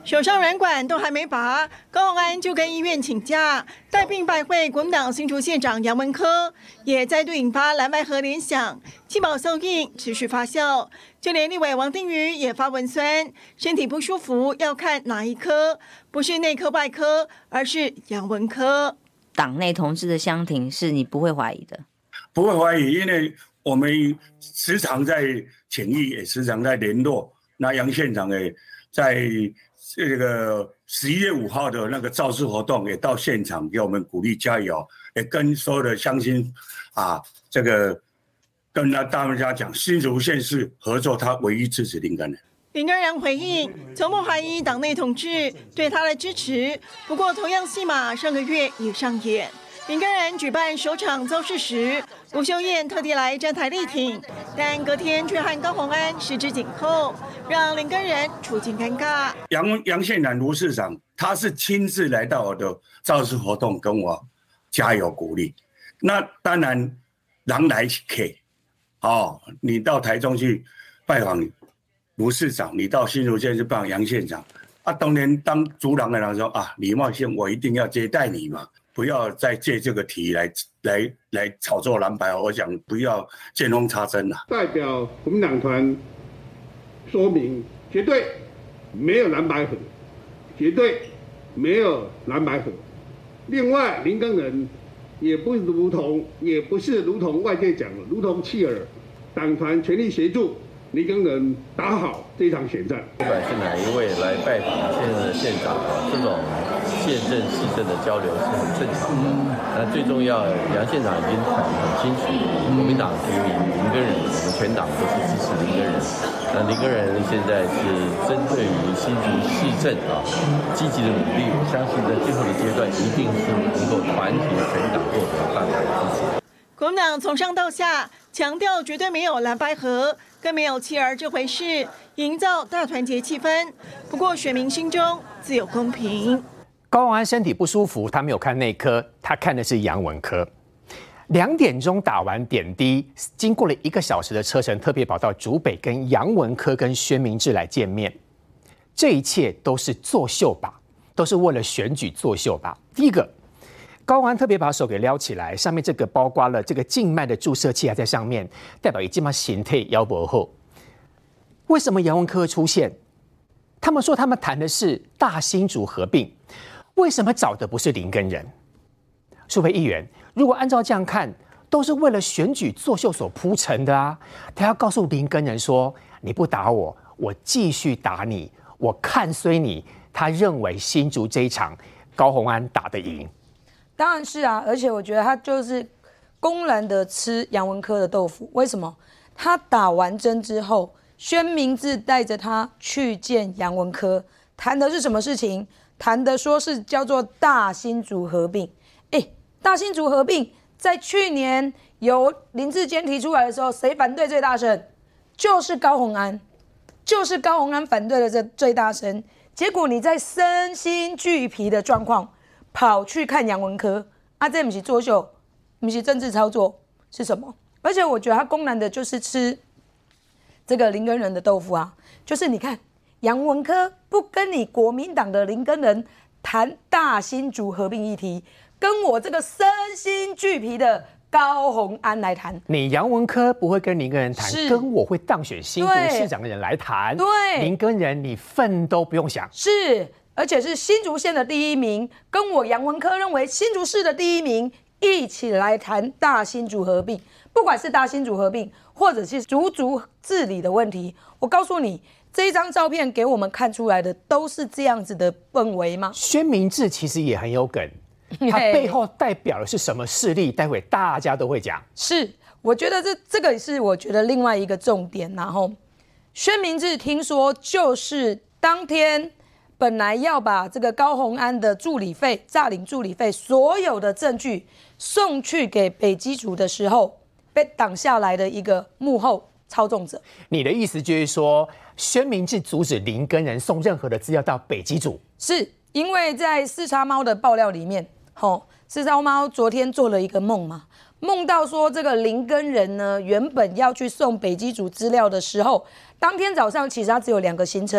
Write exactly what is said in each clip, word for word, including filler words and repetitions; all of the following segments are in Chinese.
手上软管都还没拔，高虹安就跟医院请假，带病拜会国民党新竹县长杨文科，也再度引发蓝白合联想，弃保效应持续发酵。就连立委王定宇也发文酸，身体不舒服要看哪一科，不是内科外科，而是杨文科。 党内同志的相挺是你不会怀疑的， 不会怀疑，因为我们时常在请益，也时常在联络。那杨县长也在这个十一月五号的那个造势活动，也到现场给我们鼓励加油，也跟所有的乡亲啊，这个跟他大家讲，新竹县市合作，他唯一支持林耕仁。 林耕仁回应，从不怀疑党内同志对他的支持，不过同样戏码上个月也上演。林耕仁举办首场造势时，吴秀燕特地来站台力挺，但隔天却和高虹安十指紧扣，让林耕仁处境尴尬。 杨杨县长卢市长，他是亲自来到我的造势活动，跟我加油鼓励。那当然，人来客，哦，你到台中去拜访卢市长，你到新竹县去拜访杨县长，啊，当年当主人的人说啊，礼貌性我一定要接待你嘛。不要再借这个题来来来炒作蓝白，我想不要见缝插针了。 代表国民党团说明，绝对没有蓝白合，绝对没有蓝白合。另外，林耕仁也不如同，也不是如同外界讲的，如同弃儿，党团全力协助林耕仁打好这场选战。 不管是哪一位来拜访现任的县长，这种县政市政的交流是很正常的。那最重要，杨县长已经很很清楚，国民党提名林耕仁，我们全党都是支持林耕仁。那林耕仁现在是针对于新竹市政啊积极的努力，我相信在最后的阶段一定是能够团结全党获得大家的支持。 国民党从上到下强调绝对没有蓝白合，更没有弃儿这回事，营造大团结气氛。不过选民心中自有公平。 高虹安身体不舒服，他没有看内科，他看的是杨文科。两点钟打完点滴，经过了一个小时的车程，特别跑到竹北跟杨文科跟薛明志来见面。这一切都是作秀吧，都是为了选举作秀吧。第一个，高虹安特别把手给撩起来，上面这个包括了这个静脉的注射器还在上面，代表已经把形态腰薄后。为什么杨文科会出现？他们说他们谈的是大新竹合并。为什么找的不是林耕仁？数位议员，如果按照这样看，都是为了选举作秀所铺成的啊！他要告诉林耕仁说：“你不打我，我继续打你，我看衰你。”他认为新竹这一场高虹安打得赢， 当然是啊，而且我觉得他就是公然的吃杨文科的豆腐。为什么？他打完针之后，薛明志带着他去见杨文科，谈的是什么事情？谈的说是叫做大新竹合并，哎，大新竹合并在去年由林智坚提出来的时候，谁反对最大声？就是高虹安，就是高虹安反对的这最大声。结果你在身心俱疲的状况，跑去看杨文科，啊，这不是作秀，不是政治操作，是什么？而且我觉得他公然的就是吃这个林耕仁的豆腐啊，就是你看。杨文科不跟你国民党的林耕仁谈大新竹合并议题，跟我这个身心俱疲的高虹安来谈。 你杨文科不会跟林耕仁谈，跟我会当选新竹市长的人来谈。 对， 林耕仁你份都不用想。 是，而且是新竹县的第一名，跟我杨文科认为新竹市的第一名一起来谈大新竹合并。不管是大新竹合并，或者是竹竹治理的问题，我告诉你。这一张照片给我们看出来的都是这样子的氛围吗？ 薛明志其实也很有梗，他背后代表的是什么势力？待会大家都会讲。 是，我觉得这这个是我觉得另外一个重点。然后，薛明志听说就是当天本来要把这个高虹安的助理费、诈领助理费所有的证据送去给北基组的时候，被挡下来的一个幕后操纵者。 你的意思就是说？薛明志阻止林耕仁送任何的资料到北基组， 是因为在四叉猫的爆料里面，吼，四叉猫昨天做了一个梦嘛，梦到说这个林耕仁呢，原本要去送北基组资料的时候，当天早上其实他只有两个行程，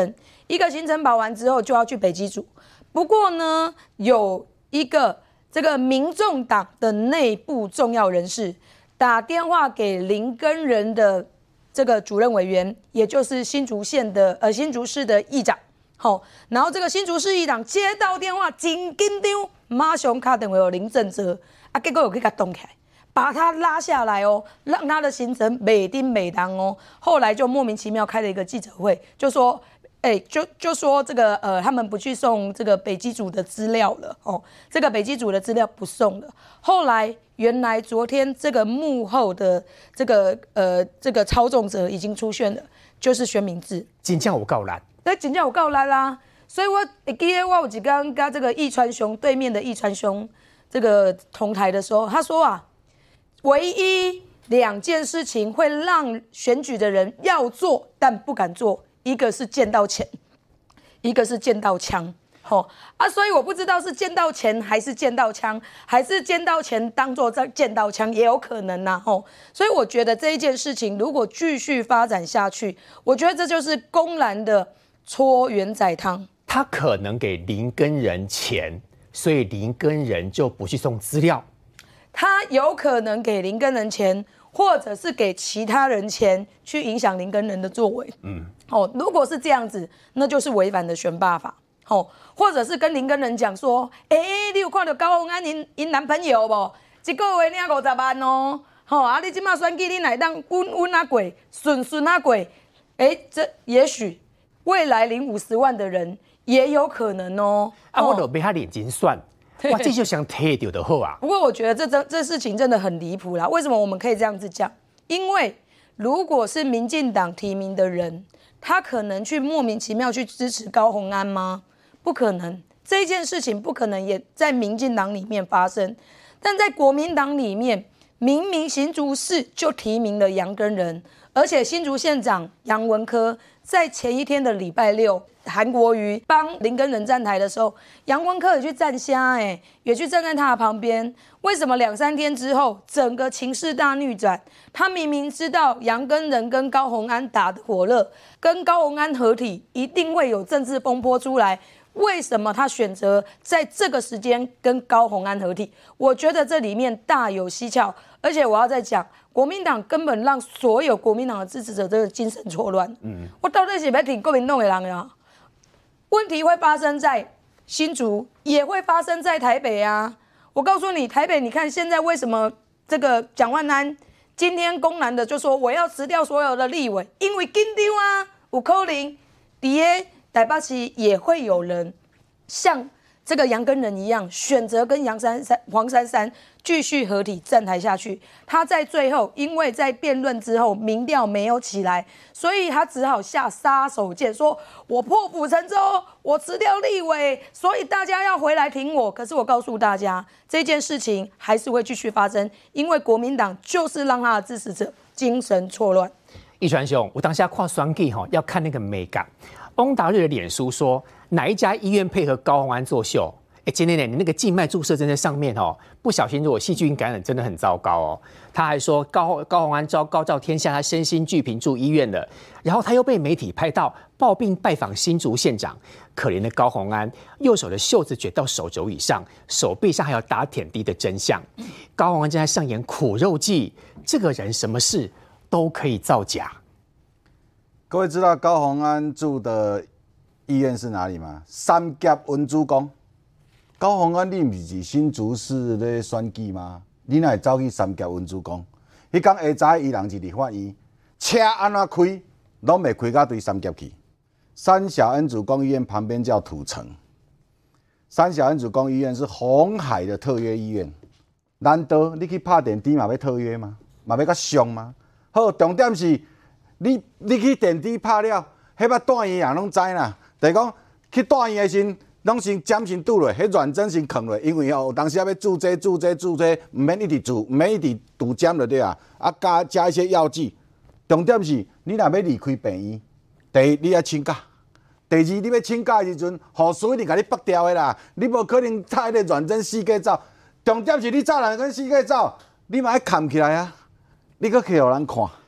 一个行程跑完之后就要去北基组。不过呢，有一个这个民众党的内部重要人士打电话给林耕仁的这个主任委员，也就是新竹县的呃新竹市的议长。好，然后这个新竹市议长接到电话，紧紧张，马上打电话给林正哲，啊，结果有去给他动起来。把他拉下来哦，让他的行程美丁美当哦。后来就莫名其妙开了一个记者会，就说，哎、欸，就就说这个呃，他们不去送这个北基组的资料了哦，这个北基组的资料不送了。后来原来昨天这个幕后的这个呃这个操纵者已经出现了，就是宣明智。 真正有够难， 对，真正有够难啦。所以我会记得我有一天跟这个易川兄对面的易川兄这个同台的时候，他说啊。唯一两件事情会让选举的人要做但不敢做，一个是见到钱，一个是见到枪。吼啊，所以我不知道是见到钱还是见到枪，还是见到钱当做在见到枪也有可能呐、啊。吼，所以我觉得这一件事情如果继续发展下去，我觉得这就是公然的搓圆仔汤。 他可能给林耕仁钱，所以林耕仁就不去送资料。 他有可能给林耕仁钱，或者是给其他人钱去影响林耕仁的作为。嗯，哦，如果是这样子，那就是违反的选罢法。哦，或者是跟林耕仁讲说，哎、欸，你有看到高虹安因因男朋友不？一个月领五十万哦。吼、哦，啊，你即马选举你哪当稳稳啊过，顺顺啊过？哎、欸，这也许未来领五十万的人也有可能哦。 啊，我都被他眼睛算。哇，这就想贴掉的好啊！ 不过我觉得这这这事情真的很离谱啦。为什么我们可以这样子讲？因为如果是民进党提名的人，他可能去莫名其妙去支持高虹安吗？不可能，这件事情不可能也在民进党里面发生。但在国民党里面，明明新竹市就提名了杨耕仁，而且新竹县长杨文科在前一天的礼拜六。韩国瑜帮林耕仁站台的时候，杨文科也去站下，哎，也去站在他的旁边。为什么两三天之后，整个情势大逆转？他明明知道杨耕仁跟高虹安打得火热，跟高虹安合体一定会有政治风波出来。为什么他选择在这个时间跟高虹安合体？我觉得这里面大有蹊跷。而且我要再讲，国民党根本让所有国民党的支持者都有精神错乱。嗯，我到底是要挺国民党的人呀？问题会发生在新竹，也会发生在台北啊！我告诉你，台北，你看现在为什么这个蒋万安今天公然的就说我要辞掉所有的立委，因为紧张啊，有可能底下台北市也会有人像这个杨耕仁一样，选择跟杨珊珊、黄珊珊继续合体站台下去。他在最后，因为在辩论之后民调没有起来，所以他只好下杀手锏，说我破釜沉舟，我辞掉立委，所以大家要回来挺我。可是我告诉大家，这件事情还是会继续发生，因为国民党就是让他的支持者精神错乱。 易传兄，我当下跨双 G 哈，要看那个美感。翁达瑞的脸书说，哪一家医院配合高虹安作秀？哎，今天呢，你那个静脉注射针在上面哦，不小心如果细菌感染，真的很糟糕哦。他还说高高虹安昭高照天下，他身心俱贫住医院了，然后他又被媒体拍到抱病拜访新竹县长，可怜的高虹安，右手的袖子卷到手肘以上，手臂上还有打点滴的真相。高虹安正在上演苦肉计，这个人什么事都可以造假。 各位知道高虹安住的医院是哪里吗？三甲文主公。高虹安，你不是新竹市咧选举吗？你哪会走去三甲文主公？迄天下早伊人是伫法院，车安怎开，拢袂开到对三甲去。三小恩主公医院旁边叫土城，三小恩主公医院是鸿海的特约医院。难道你去拍电梯嘛要特约吗？嘛要甲上吗？好，重点是。你你去电梯拍了，迄捌带院人拢知啦。就是讲去带院的时，拢先针先拄落，迄软针先扛落，因为哦，有当时要注这注这注这，唔免一直注，唔免一直堵针就对啊。啊，加加一些药剂。重点是，你若要离开病院，第一你要请假，第二你要请假的时阵，护士一定甲你绑掉的啦。你无可能插迄个软针四界走。重点是你早人跟四界走，你嘛要扛起来啊，你搁去互人看。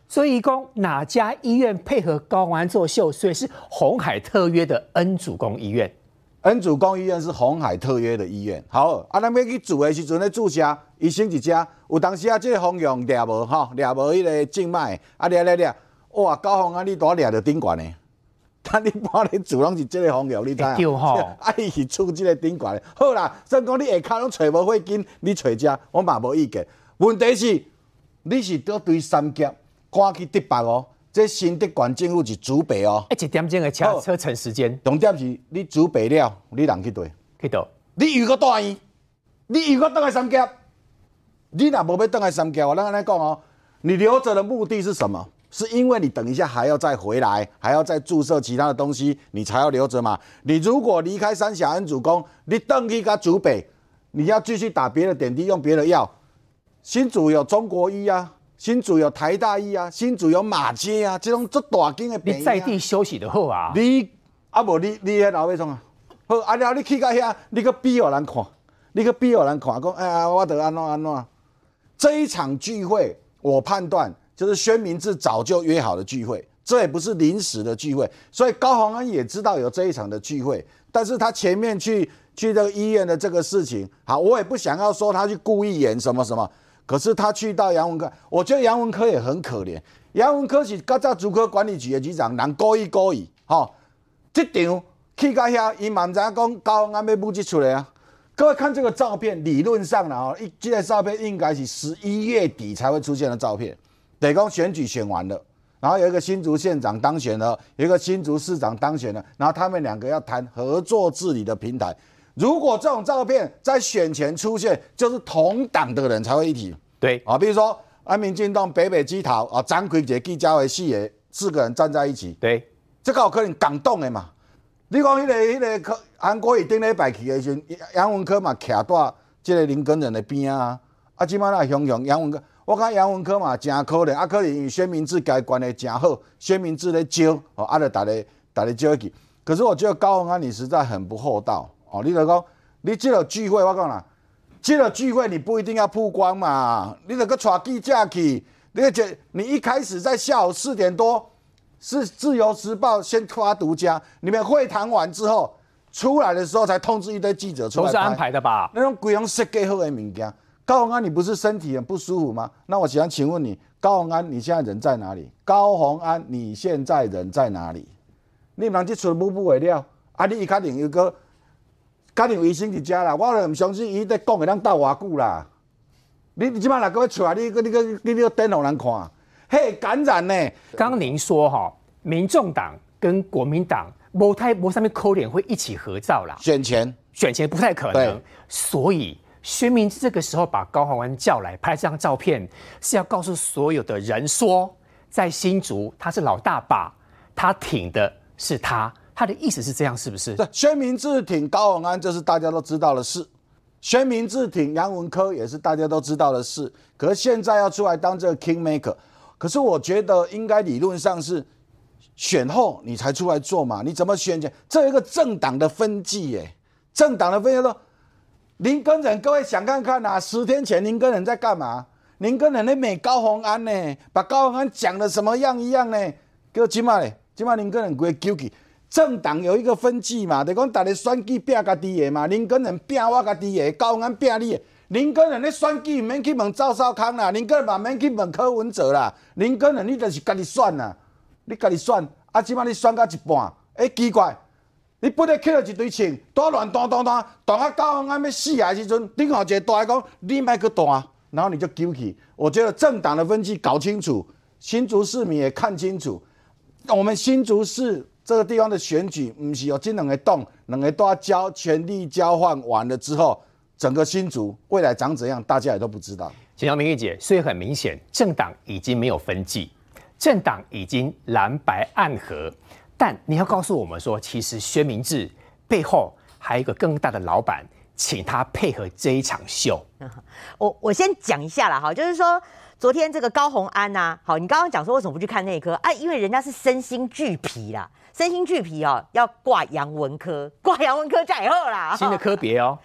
所以讲哪家医院配合高虹安做秀，所以是鸿海特约的恩主公医院。 恩主公医院是鸿海特约的医院。好，啊，咱要去住的时阵咧注射，医生一只，有当时啊，这个方向抓无吼，抓无迄个静脉，啊抓抓抓，哇，高虹安你大抓着顶悬的，但你搬咧住拢是这个方向，你知影？ 对吼， 啊，伊是住这个顶悬的。好啦，算讲你下骹拢找无血筋，你找这，我嘛无意见。问题是，你是倒对三甲赶去德北哦。这新德县政府是主备哦， 一点钟的车车程时间。 重点是你主备了，你人去对？ 去倒？ 你又搁大医，你又搁倒来三甲，你若无要倒来三甲，我咱安尼讲哦，你留着的目的是什么？是因为你等一下还要再回来，还要再注射其他的东西，你才要留着嘛。你如果离开三峡恩主公，你倒去甲主备，你要继续打别的点滴，用别的药。新竹有中国医啊。新竹有台大医啊，新竹有马街啊，这种足大间的病院、啊。 你在地休息就好啊。 你啊无你你迄老尾创啊，好啊了，你去到遐，你个比互人看，你个比互人看，讲哎呀，我得安怎安怎。这一场聚会，我判断就是宣明智早就约好的聚会，这也不是临时的聚会，所以高虹安也知道有这一场的聚会，但是他前面去去这个医院的这个事情，好，我也不想要说他去故意演什么什么。可是他去到杨文科，我觉得杨文科也很可怜。杨文科是较早竹科管理局的局长，人故意故意，吼、哦，这场去到遐，伊嘛唔知影讲高虹安要募集出来啊。各位看这个照片，理论上啦，哦，一这个照片应该是十一月底才会出现的照片。等于讲选举选完了，然后有一个新竹县长当选了，有一个新竹市长当选了，然后他们两个要谈合作治理的平台。如果这种照片在选前出现，就是同党的人才会一起。 对啊，比如说安民进党北北基桃啊，张奎杰、纪嘉伟四个四个人站在一起。 对， 这个有可能港动的嘛？你讲迄、那个迄、那个韩国瑜顶礼拜去的时候，杨文科嘛徛在这个林根人的边啊，啊，即摆来雄雄杨文科，我看杨文科嘛真可怜，啊，可能因为宣明智该关的真好，宣明智咧招，哦，啊，就大家大家招去。可是我觉得高虹安你实在很不厚道。哦，你就讲，你这个聚会，我讲啦，这个聚会你不一定要曝光嘛，你就个带记者去，你就你一开始在下午四点多，是自由时报先发独家，你们会谈完之后出来的时候才通知一堆记者出来拍， 都是安排的吧？ 那种规样设计好的物件。高虹安，你不是身体很不舒服吗？那我想请问你，高虹安，你现在人在哪里？高虹安，你现在人在哪里？你们这出母母的了，啊，你一确定有个。家庭卫生一家啦，我就唔相信伊在讲的咱斗偌久啦。你你即摆若搁要出来，你你你你你等互人看，嘿感染呢？ 刚刚您说哈，民众党跟国民党无太无上面扣脸会一起合照啦， 选前选前不太可能，所以宣明智这个时候把高虹安叫来拍这张照片，是要告诉所有的人说，在新竹他是老大把，他挺的是他。他的意思是这样，是不是？ 宣明智挺高虹安，这是大家都知道的事；宣明智挺杨文科，也是大家都知道的事。可是现在要出来当这个 king maker， 可是我觉得应该理论上是选后你才出来做嘛？你怎么选前？这有一个政党的分际耶，政党的分际说，林根人，各位想看看啊，十天前林根人在干嘛？林根人在美高虹安呢，把高虹安讲的什么样一样呢？叫今嘛嘞，今嘛林根人归揪起。政党有一个分际嘛，就讲大家选举拼家己的嘛，林根人拼我家己的，高虹安拼你的。林根人咧选举，免去问赵少康啦，林根人嘛免去问柯文哲啦，林根人你就是家己选啦，你家己选，啊，即摆你选到一半，哎、欸、奇怪，你不得捡到一堆钱，大乱弹弹弹，弹啊高虹安要死的时阵，顶后一个大讲你莫去弹，然后你就揪起。我觉得政党的分际搞清楚，新竹市民也看清楚，我们新竹市。这个地方的选举，不是有这两个党，两个都要交权力交换完了之后，整个新竹未来长怎样，大家也都不知道。 简明玉姐，所以很明显，政党已经没有分际，政党已经蓝白暗合。但你要告诉我们说，其实宣明智背后还有一个更大的老板，请他配合这一场秀。 我我先讲一下啦，哈，就是说。昨天这个高虹安呐、啊，好，你刚刚讲说为什么不去看内科啊？因为人家是身心俱疲啦，身心俱疲哦，要挂杨文科，挂杨文科再以后啦， 新的科别哦。 对，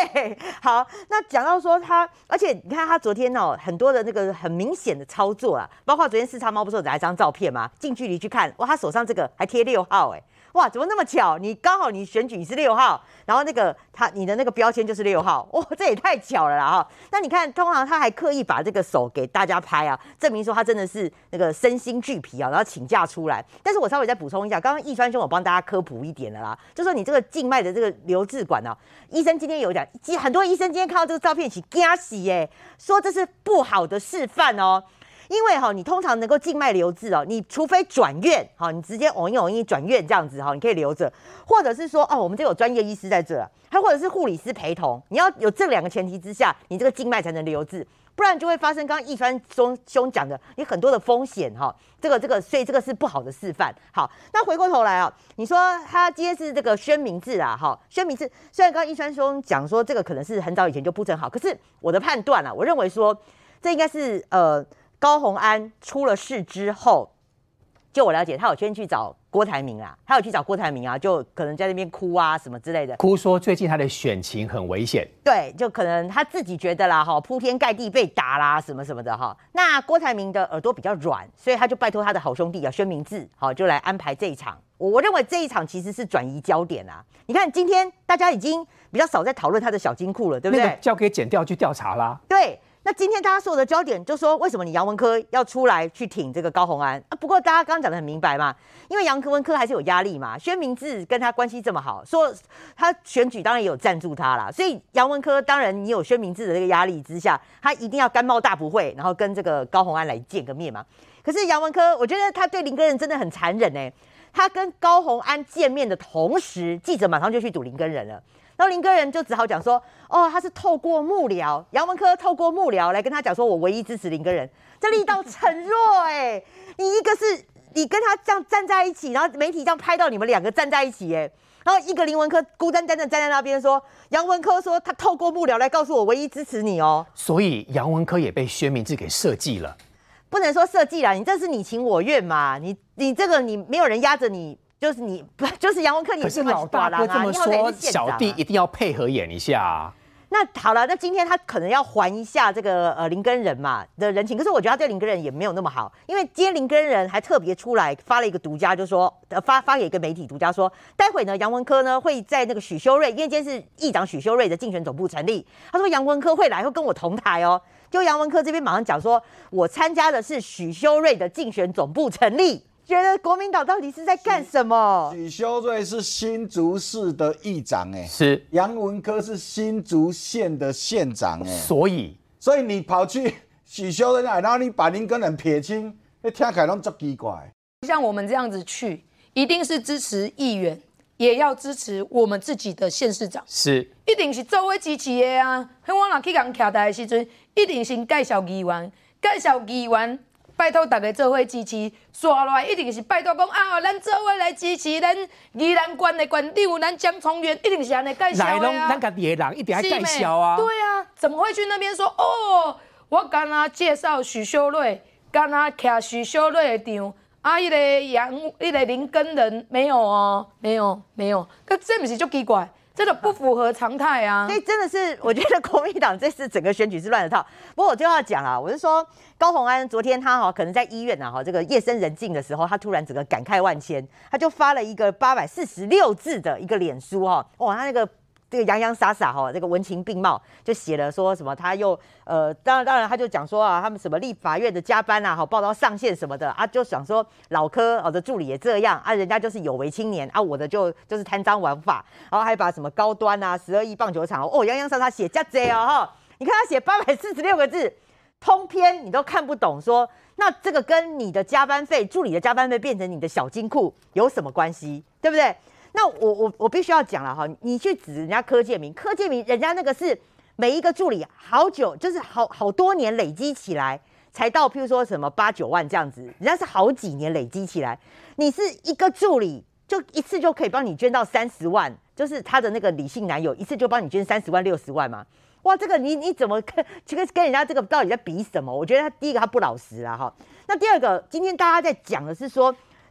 对，好，那讲到说他，而且你看他昨天哦，很多的那个很明显的操作啊，包括昨天四叉猫不是有拿一张照片吗？近距离去看，哇，他手上这个还贴六号，哎。哇，怎么那么巧？你刚好你选举你是六号，然后那个他你的那个标签就是六号，哇，这也太巧了啦哈！那你看，通常他还刻意把这个手给大家拍啊，证明说他真的是那个身心俱疲啊，然后请假出来。但是我稍微再补充一下，刚刚易川兄我帮大家科普一点了啦，就说你这个静脉的这个留置管啊，医生今天有讲，很多医生今天看到这个照片起惊喜耶，说这是不好的示范哦。因为哈，你通常能够静脉留置哦，你除非转院，好，你直接偶一偶一转院这样子哈，你可以留着，或者是说哦，我们这有专业医师在这，还或者是护理师陪同，你要有这两个前提之下，你这个静脉才能留置，不然就会发生刚刚易川兄兄讲的，你很多的风险哈，这个这个，所以这个是不好的示范。好，那回过头来啊，你说他今天是这个宣明志啊，哈，宣明志虽然刚刚易川兄讲说这个可能是很早以前就铺陈好，可是我的判断啊，我认为说这应该是呃。高虹安出了事之后，就我了解，他有先去找郭台铭啊，他有去找郭台铭啊，就可能在那边哭啊什么之类的， 哭说最近他的选情很危险， 对，就可能他自己觉得啦，哈，铺天盖地被打啦，什么什么的哈。那郭台铭的耳朵比较软，所以他就拜托他的好兄弟啊，宣明志，好，就来安排这一场。我我认为这一场其实是转移焦点啊。你看今天大家已经比较少在讨论他的小金库了，对不对？ 那个交给检调去调查啦。 对。那今天大家所有的焦点就说，为什么你杨文科要出来去挺这个高虹安啊？不过大家刚刚讲得很明白嘛，因为杨文科还是有压力嘛。宣明志跟他关系这么好，说他选举当然也有赞助他啦，所以杨文科当然你有宣明志的这个压力之下，他一定要甘冒大不讳，然后跟这个高虹安来见个面嘛。可是杨文科，我觉得他对林耕仁真的很残忍哎、欸，他跟高虹安见面的同时，记者马上就去堵林耕仁了。然后林耕仁就只好讲说，哦，他是透过幕僚，杨文科透过幕僚来跟他讲说，我唯一支持林耕仁，这力道很弱哎、欸。你一个是你跟他这样站在一起，然后媒体这样拍到你们两个站在一起哎、欸，然后一个林文科孤单单的站在那边说，杨文科说他透过幕僚来告诉我唯一支持你哦。 所以杨文科也被宣明志给设计了， 不能说设计啦，你这是你情我愿嘛，你你这个你没有人压着你。就是你，就是杨文科，你可是老大哥这么说，小弟一定要配合演一下啊。 那好了，那今天他可能要还一下这个呃林耕仁嘛的人情，可是我觉得他对林耕仁也没有那么好，因为今天林耕仁还特别出来发了一个独家，就说呃发发给一个媒体独家说，待会呢杨文科呢会在那个许修睿，因为今天是议长许修睿的竞选总部成立，他说杨文科会来，会跟我同台哦。就杨文科这边马上讲说，我参加的是许修睿的竞选总部成立。觉得国民党到底是在干什么？ 许修睿是新竹市的议长哎， 是杨文科是新竹县的县长哎， 所以所以你跑去许修睿那，然后你把林耕仁撇清，那听起来都足奇怪。 像我们这样子去，一定是支持议员，也要支持我们自己的县市长， 是一定是做伙支持的啊。我若去共徛台的时阵，一定先介绍议员，介绍议员。拜托大家做伙支持，刷来一定是拜托讲啊，咱做伙来支持咱宜兰县的县长，咱江聪源一定是安尼介绍的啊。 来拢咱家己的人一定要介绍啊。 对啊，怎么会去那边说哦？我刚刚介绍许修睿，刚刚徛许修睿的场，啊，迄、那个杨，迄、那个林耕仁没有哦，没有没有，可这不是就奇怪？真的不符合常态啊！ 所以真的是，我觉得国民党这次整个选举是乱了套。不过我就要讲啦，我是说高虹安昨天他哈可能在医院啊哈这个夜深人静的时候，他突然整个感慨万千，他就发了一个八百四十六字的一个脸书哈，哇，他那个。这个洋洋洒洒哈，这个文情并茂，就写了说什么，他又呃，当然当然，他就讲说啊，他们什么立法院的加班啊，好报到上线什么的啊，就想说老柯哦的助理也这样啊，人家就是有为青年啊，我的就就是贪赃枉法，然后还把什么高端啊、十二亿棒球场哦，洋洋洒洒写这贼哦哈，你看他写八百四十六个字，通篇你都看不懂说，那这个跟你的加班费、助理的加班费变成你的小金库有什么关系，对不对？那我我我必须要讲了哈，你去指人家柯建铭，柯建铭人家那个是每一个助理好久，就是好好多年累积起来才到，譬如说什么八九万这样子，人家是好几年累积起来，你是一个助理就一次就可以帮你捐到三十万，就是他的那个李姓男友一次就帮你捐三十万六十万嘛，哇，这个你你怎么跟这个跟人家这个到底在比什么？我觉得他第一个他不老实啊哈，那第二个今天大家在讲的是说。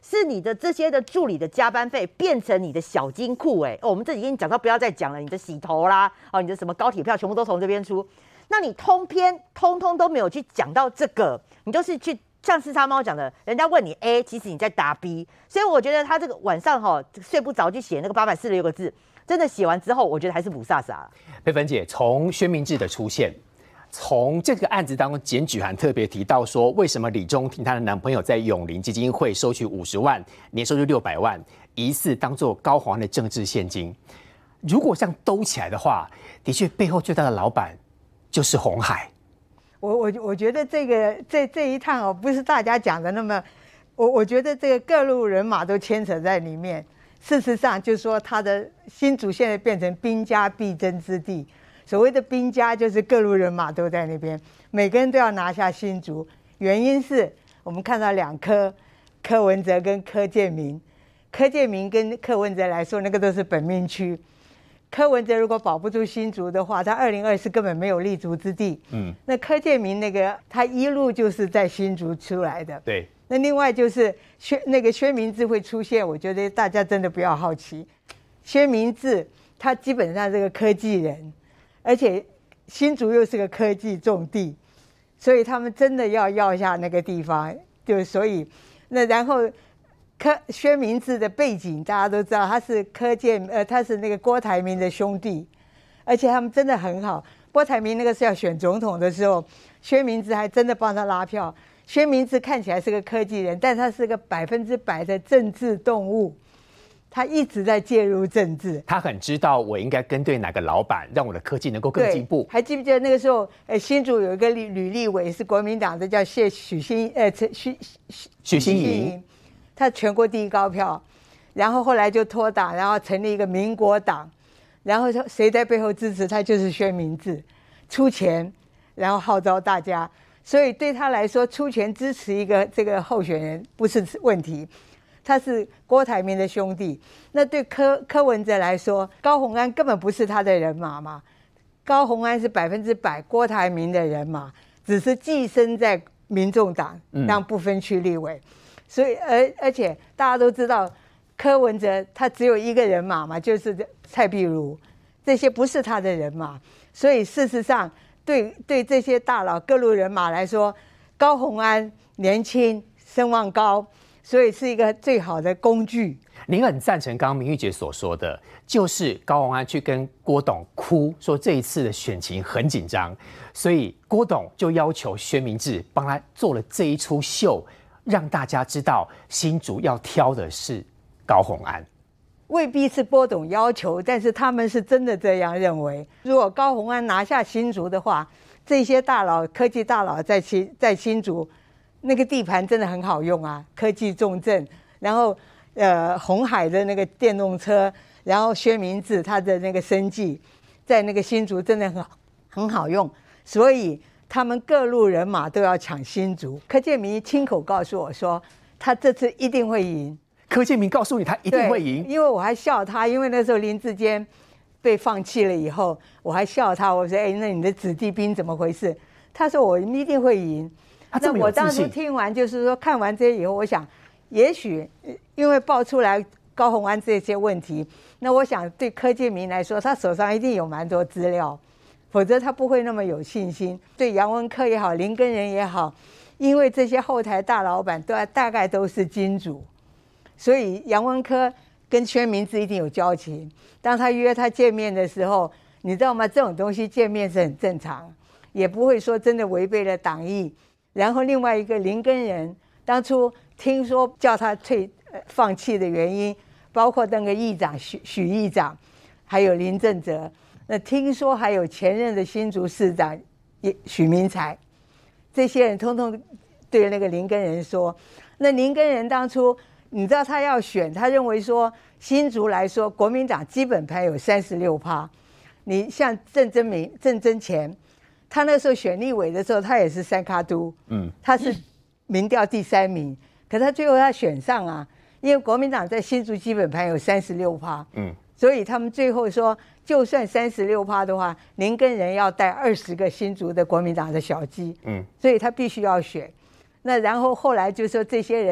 是你的这些的助理的加班费变成你的小金库，哎、哦，我们这几天讲到不要再讲了，你的洗头啦，哦，你的什么高铁票全部都从这边出，那你通篇通通都没有去讲到这个，你都是去像四叉猫讲的，人家问你 A， 其实你在答 B， 所以我觉得他这个晚上哈、哦、睡不着去写那个八百四十六个字，真的写完之后，我觉得还是不飒飒。 佩芬姐，从薛明志的出现。从这个案子当中，检举函特别提到说，为什么李中庭她的男朋友在永林基金会收取五十万，年收入六百万，疑似当做高虹安的政治现金。如果这样兜起来的话，的确背后最大的老板就是鸿海。 我我我觉得这个这这一趟哦，不是大家讲的那么，我我觉得这个各路人马都牵扯在里面。事实上，就是说他的新竹现在变成兵家必争之地。所谓的兵家就是各路人马都在那边，每个人都要拿下新竹。原因是我们看到两柯，柯文哲跟柯建铭，柯建铭跟柯文哲来说，那个都是本命区。柯文哲如果保不住新竹的话，他二零二四根本没有立足之地。嗯，那柯建铭那个他一路就是在新竹出来的。 对。 那另外就是薛那个薛明志会出现，我觉得大家真的不要好奇。薛明志他基本上是个科技人。而且新竹又是个科技重地，所以他们真的要要下那个地方，就所以那然后柯薛明志的背景大家都知道，他是柯建呃他是那个郭台铭的兄弟，而且他们真的很好。郭台铭那个是要选总统的时候，薛明志还真的帮他拉票。薛明志看起来是个科技人，但他是个百分之百的政治动物。他一直在介入政治， 他很知道我应该跟对哪个老板，让我的科技能够更进步。 还记不记得那个时候，呃，新竹有一个吕吕立委是国民党的，叫谢许新，呃，许许新莹， 他全国第一高票，然后后来就脱党，然后成立一个民国党，然后谁在背后支持他，就是薛明志出钱，然后号召大家，所以对他来说，出钱支持一个这个候选人不是问题。他是郭台铭的兄弟，那对柯柯文哲来说，高虹安根本不是他的人马嘛。高虹安是百分之百郭台铭的人马，只是寄生在民众党当不分区立委。嗯、所以而而且大家都知道，柯文哲他只有一个人马嘛，就是蔡壁如，这些不是他的人马。所以事实上，对对这些大佬各路人马来说，高虹安年轻，声望高。所以是一个最好的工具。 您很赞成刚刚明玉姐所说的，就是高虹安去跟郭董哭，说这一次的选情很紧张，所以郭董就要求薛明志帮他做了这一出秀，让大家知道新竹要挑的是高虹安。 未必是郭董要求，但是他们是真的这样认为。如果高虹安拿下新竹的话，这些大佬、科技大佬在新在新竹。那个地盘真的很好用啊，科技重镇，然后呃鸿海的那个电动车，然后薛明志他的那个生计，在那个新竹真的很很好用，所以他们各路人马都要抢新竹。柯建铭亲口告诉我说，他这次一定会赢。 柯建铭告诉你他一定会赢， 因为我还笑他，因为那时候林智坚被放弃了以后，我还笑他，我说哎，那你的子弟兵怎么回事？他说我一定会赢。那我当时听完，就是说看完这些以后，我想，也许因为爆出来高虹安这些问题，那我想对柯建铭来说，他手上一定有蛮多资料，否则他不会那么有信心。对杨文科也好，林耕仁也好，因为这些后台大老板都大概都是金主，所以杨文科跟薛明志一定有交情。当他约他见面的时候，你知道吗？这种东西见面是很正常，也不会说真的违背了党意。然后另外一个林耕仁，当初听说叫他退、呃、放弃的原因，包括那个议长许许议长，还有林正哲。那听说还有前任的新竹市长许明才，这些人通通对那个林耕仁说。那林耕仁当初你知道他要选，他认为说新竹来说，国民党基本盘有三十六趴，你像郑真明、郑真前。他那时候选立委的时候，他也是三咖都，嗯，他是民调第三名，可他最后他选上啊，因为国民党在新竹基本盘有三十六趴，嗯，所以他们最后说，就算三十六趴的话，林耕仁要带二十个新竹的国民党的小鸡，嗯，所以他必须要选。那然后后来就说这些人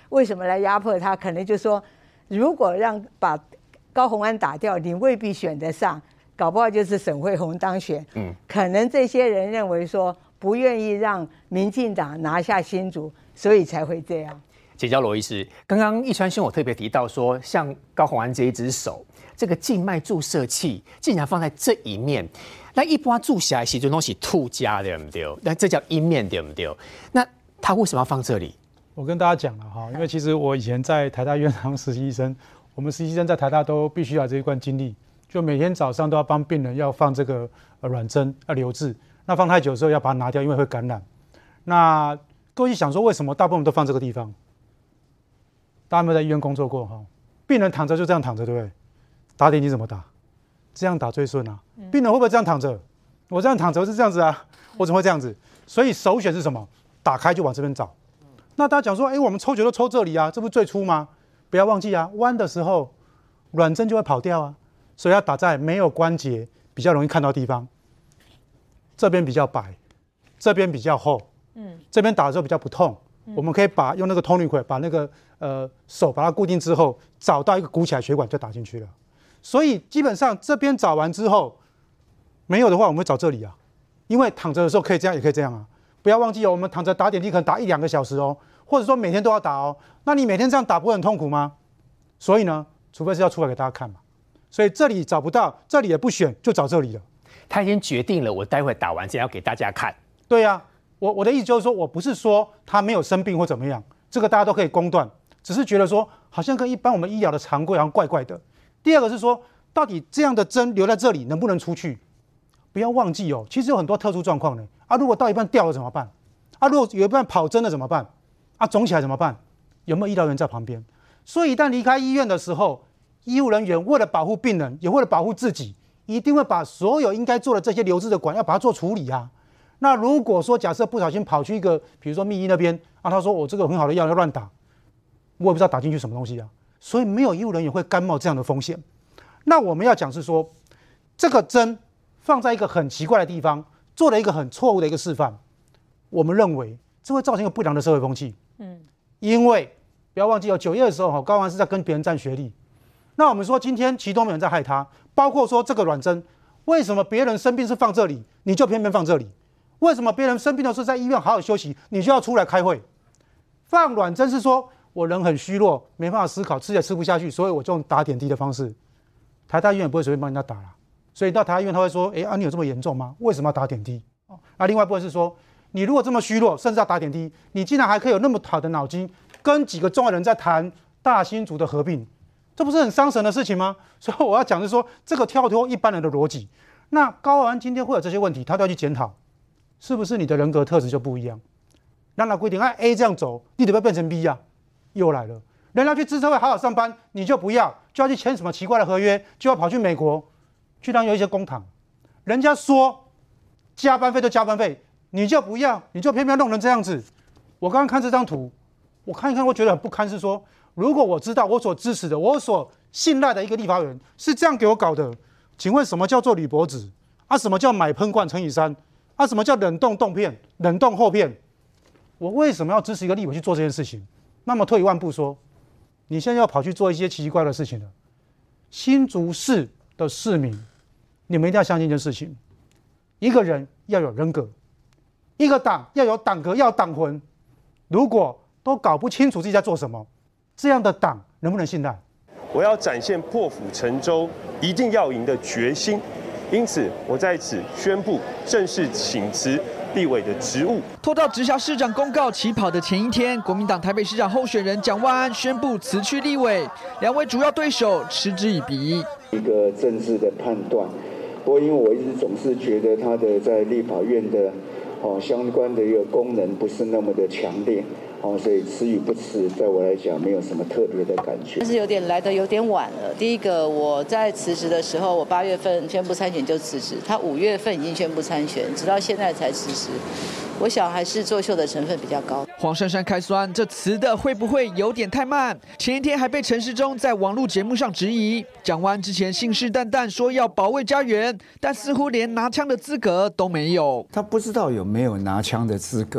为什么来压迫他？可能就说，如果让把高虹安打掉，你未必选得上，搞不好就是沈慧虹当选。嗯，可能这些人认为说不愿意让民进党拿下新竹，所以才会这样。 请教罗医师，刚刚一川兄我特别提到说，像高虹安这一只手，这个静脉注射器竟然放在这一面，那一般注下来时阵都是兔家对不对？那这叫阴面对不对？那他为什么要放这里？ 我跟大家讲了哈，因为其实我以前在台大医院当实习医生，我们实习医生在台大都必须要这一段经历，就每天早上都要帮病人要放这个呃软针要留置，那放太久之后要把它拿掉，因为会感染。那各位想说，为什么大部分都放这个地方？大家有没有在医院工作过哈？病人躺着就这样躺着，对不对？打点滴怎么打？这样打最顺啊。病人会不会这样躺着？我这样躺着是这样子啊，我怎么会这样子？所以首选是什么？打开就往这边找。那大家讲说，哎、欸，我们抽血都抽这里啊，这不是最初吗？不要忘记啊，弯的时候软针就会跑掉啊，所以要打在没有关节比较容易看到地方。这边比较白，这边比较厚，嗯，这边打的时候比较不痛。我们可以把用那个 tourniquet 把那个呃手把它固定之后，找到一个鼓起来血管就打进去了。所以基本上这边找完之后，没有的话我们会找这里啊，因为躺着的时候可以这样也可以这样啊。不要忘记哦，我们躺着打点滴可能打一两个小时哦，或者说每天都要打哦。那你每天这样打不会很痛苦吗？所以呢，除非是要出来给大家看嘛。所以这里找不到，这里也不选，就找这里了。 他已经决定了，我待会打完这要给大家看。 对呀、啊。我我的意思就是说，我不是说他没有生病或怎么样，这个大家都可以公断，只是觉得说好像跟一般我们医疗的常规好像怪怪的。第二个是说，到底这样的针留在这里能不能出去？不要忘记哦，其实有很多特殊状况呢。啊，如果到一半掉了怎么办？啊，如果有一半跑针了怎么办？啊，肿起来怎么办？有没有医疗人员在旁边？所以一旦离开医院的时候，医务人员为了保护病人，也为了保护自己，一定会把所有应该做的这些留置的管要把它做处理啊。那如果说假设不小心跑去一个，比如说密医那边啊，他说我这个很好的药要乱打，我也不知道打进去什么东西啊，所以没有医务人员会甘冒这样的风险。那我们要讲是说，这个针放在一个很奇怪的地方，做了一个很错误的一个示范，我们认为这会造成一个不良的社会风气。嗯，因为不要忘记哦，九月的时候，高虹安是在跟别人占学历。那我们说今天其实都没有人在害他，包括说这个软针，为什么别人生病是放这里，你就偏偏放这里？为什么别人生病的时候在医院好好休息，你就要出来开会？放软针是说我人很虚弱，没办法思考，吃也吃不下去，所以我就用打点滴的方式。台大医院也不会随便帮人家打啦，所以到台大医院他会说：“哎、欸，啊，你有这么严重吗？为什么要打点滴？”哦，那另外一部分是说，你如果这么虚弱，甚至要打点滴，你竟然还可以有那么好的脑筋，跟几个重要人在谈大新竹的合并，这不是很伤神的事情吗？所以我要讲的是说，这个跳脱一般人的逻辑。那高虹安今天会有这些问题，他都要去检讨。是不是你的人格特质就不一样？让他规定按 A 这样走，你得不要变成 B 啊？又来了，人家去资策会好好上班，你就不要，就要去签什么奇怪的合约，就要跑去美国，去当有一些公帑。人家说加班费就加班费，你就不要，你就偏偏弄成这样子。我刚刚看这张图，我看一看，我觉得很不堪。是说，如果我知道我所支持的、我所信赖的一个立法委员是这样给我搞的，请问什么叫做铝箔纸啊？什么叫买喷罐乘以三？啊，什么叫冷冻冻片、冷冻厚片？我为什么要支持一个立委去做这件事情？那么退一万步说，你现在要跑去做一些奇奇怪怪的事情了。新竹市的市民，你们一定要相信一件事情：一个人要有人格，一个党要有党格，要有党魂。如果都搞不清楚自己在做什么，这样的党能不能信赖？ 我要展现破釜沉舟、一定要赢的决心。因此，我在此宣布正式请辞立委的职务。 拖到直辖市长公告起跑的前一天，国民党台北市长候选人蒋万安宣布辞去立委，两位主要对手嗤之以鼻。 一个政治的判断，不过因为我一直总是觉得他的在立法院的哦相关的一个功能不是那么的强烈。哦，所以辞与不辞，在我来讲没有什么特别的感觉。 但是有点来得有点晚了。第一个，我在辞职的时候，我八月份宣布参选就辞职，他五月份已经宣布参选，直到现在才辞职。我想还是作秀的成分比较高。 黄珊珊开酸，这辞的会不会有点太慢？前一天还被陈时中在网络节目上质疑，蒋万安之前信誓旦旦说要保卫家园，但似乎连拿枪的资格都没有。 他不知道有没有拿枪的资格。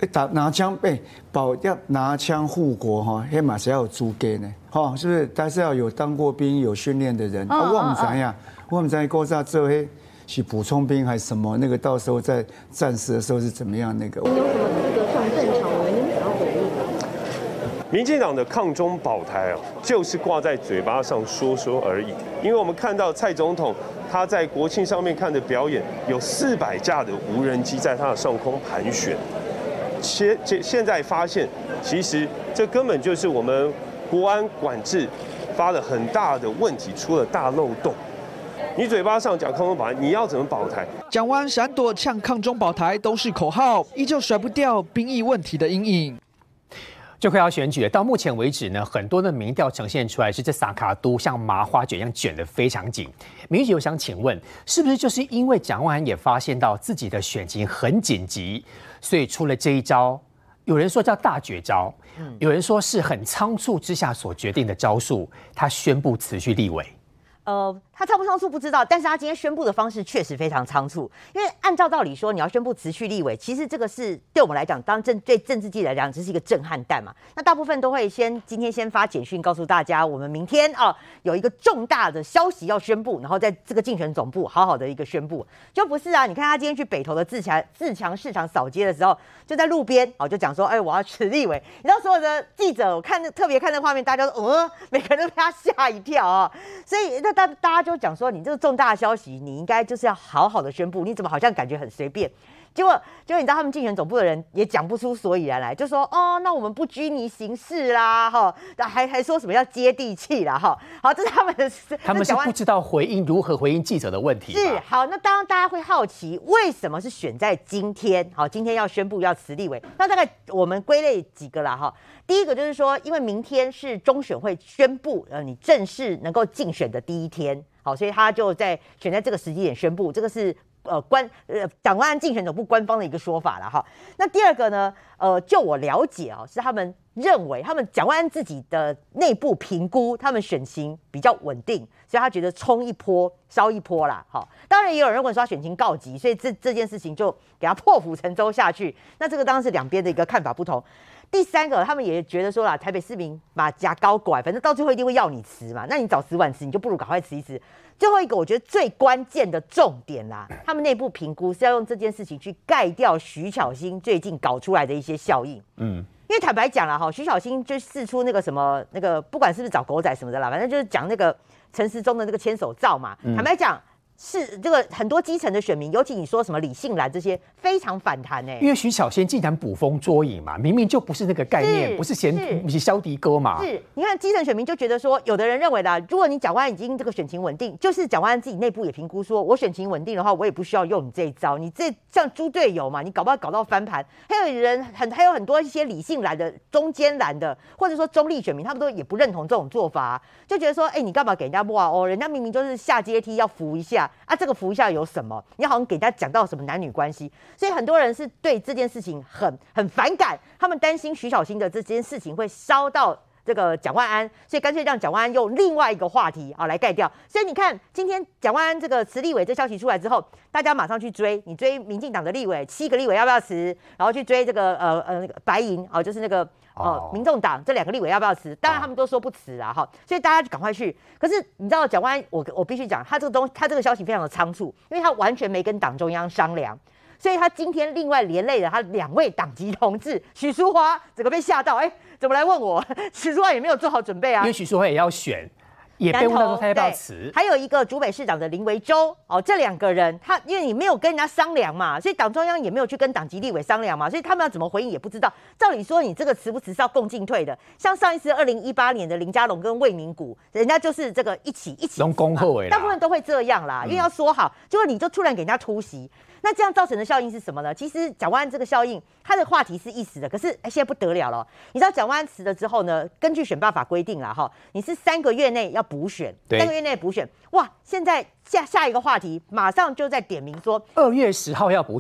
打拿枪被保要拿枪护国哈，黑马是要有资格呢，哈，是不是？但是要有当过兵、有训练的人。啊，我们怎样？我们在国家这黑是补充兵还是什么？那个到时候在战时的时候是怎么样？那个。 你有什么资格上战场？我们能想要回应？ 民进党的抗中保台啊，就是挂在嘴巴上说说而已。因为我们看到蔡总统他在国庆上面看的表演，有四百架的无人机在他的上空盘旋。现现在发现，其实这根本就是我们国安管制发了很大的问题，出了大漏洞。你嘴巴上讲抗中保台，你要怎么保台？ 蒋万安闪躲呛抗中保台都是口号，依旧甩不掉兵役问题的阴影。 就快要选举了，到目前为止呢，很多的民调呈现出来是这萨卡都像麻花卷一样卷得非常紧。民主，我想请问，是不是就是因为蒋万安也发现到自己的选情很紧急，所以出了这一招？有人说叫大绝招，有人说是很仓促之下所决定的招数，他宣布辞去立委。 呃，他仓不仓促不知道，但是他今天宣布的方式确实非常仓促。因为按照道理说，你要宣布辞去立委，其实这个是对我们来讲，当政对政治界来讲，这是一个震撼弹嘛。那大部分都会先今天先发简讯告诉大家，我们明天啊有一个重大的消息要宣布，然后在这个竞选总部好好的一个宣布，就不是啊。你看他今天去北投的自强自强市场扫街的时候，就在路边哦就讲说，哎，我要辞立委。你知道所有的记者，我看特别看那画面，大家都呃，每个人都被他吓一跳啊。所以那大大家就讲说，你这个重大的消息，你应该就是要好好的宣布，你怎么好像感觉很随便？结果，结果你知道他们竞选总部的人也讲不出所以然来，就说哦，那我们不拘泥形式啦，哈，还还说什么要接地气啦，哈，好，这是他们的， 他们是不知道回应如何回应记者的问题。 是好，那当然大家会好奇，为什么是选在今天？好，今天要宣布要辞立委，那大概我们归类几个啦，哈。第一个就是说，因为明天是中选会宣布，呃，你正式能够竞选的第一天，好，所以他就在选在这个时机点宣布，这个是呃官呃蒋万安竞选总部官方的一个说法了哈。那第二个呢，呃，就我了解啊，是他们认为他们蒋万安自己的内部评估，他们选情比较稳定，所以他觉得冲一波烧一波啦，好，当然也有人认为说他选情告急，所以这这件事情就给他破釜沉舟下去。那这个当然是两边的一个看法不同。第三个，他们也觉得说啦，台北市民把假高拐，反正到最后一定会要你辞嘛，那你早辞晚辞，你就不如赶快辞一辞。最后一个，我觉得最关键的重点啦，他们内部评估是要用这件事情去盖掉徐巧芯最近搞出来的一些效应。嗯，因为坦白讲啦，哈，徐巧芯就释出那个什么那个，不管是不是找狗仔什么的啦，反正就是讲那个陈时中的那个牵手照嘛。嗯、坦白讲。是这个很多基层的选民，尤其你说什么李杏兰这些，非常反弹哎、欸。 因为徐巧芯竟然捕风捉影嘛，明明就不是那个概念，不是嫌不是萧迪哥嘛。 是，你看基层选民就觉得说，有的人认为啦，如果你蒋万安已经这个选情稳定，就是蒋万安自己内部也评估说，我选情稳定的话，我也不需要用你这一招，你这像猪队友嘛，你搞不好搞到翻盘。还有人很还有很多一些理性蓝的、中间蓝的，或者说中立选民，他们都也不认同这种做法、啊，就觉得说，哎、欸，你干嘛给人家挖哦？人家明明就是下阶梯要扶一下。啊，这个扶一下有什么？你好像给人家讲到什么男女关系，所以很多人是对这件事情很很反感，他们担心徐巧芯的这件事情会烧到这个蒋万安，所以干脆让蒋万安用另外一个话题啊来盖掉。所以你看，今天蒋万安这个辞立委这消息出来之后，大家马上去追，你追民进党的立委，七个立委要不要辞？然后去追这个呃呃那个白银啊，就是那个。哦，民众党这两个立委要不要辞？当然他们都说不辞啊，哈，所以大家就赶快去。可是你知道蒋万安，我我必须讲，他这个东他这个消息非常的仓促，因为他完全没跟党中央商量，所以他今天另外连累了他两位党籍同志，许淑华整个被吓到，哎，怎么来问我？许淑华也没有做好准备啊， 因为许淑华也要选。也被问到说他要不要辞， 还有一个竹北市长的林维洲哦，这两个人他因为你没有跟人家商量嘛，所以党中央也没有去跟党籍立委商量嘛，所以他们要怎么回应也不知道。照理说你这个辞不辞是要共进退的，像上一次二零一八年的林佳龙跟魏明谷，人家就是这个一起一起，大部分都会这样啦，因为要说好，结果你就突然给人家突袭。那这样造成的效应是什么呢？其实蒋万安这个效应，他的话题是一时的，可是哎，现在不得了了。你知道蒋万安辞了之后呢？根据选罢法规定啦，哈，你是三个月内要补选，三个月内补选，哇！现在下下一个话题马上就在点名说， 二月十号要补选。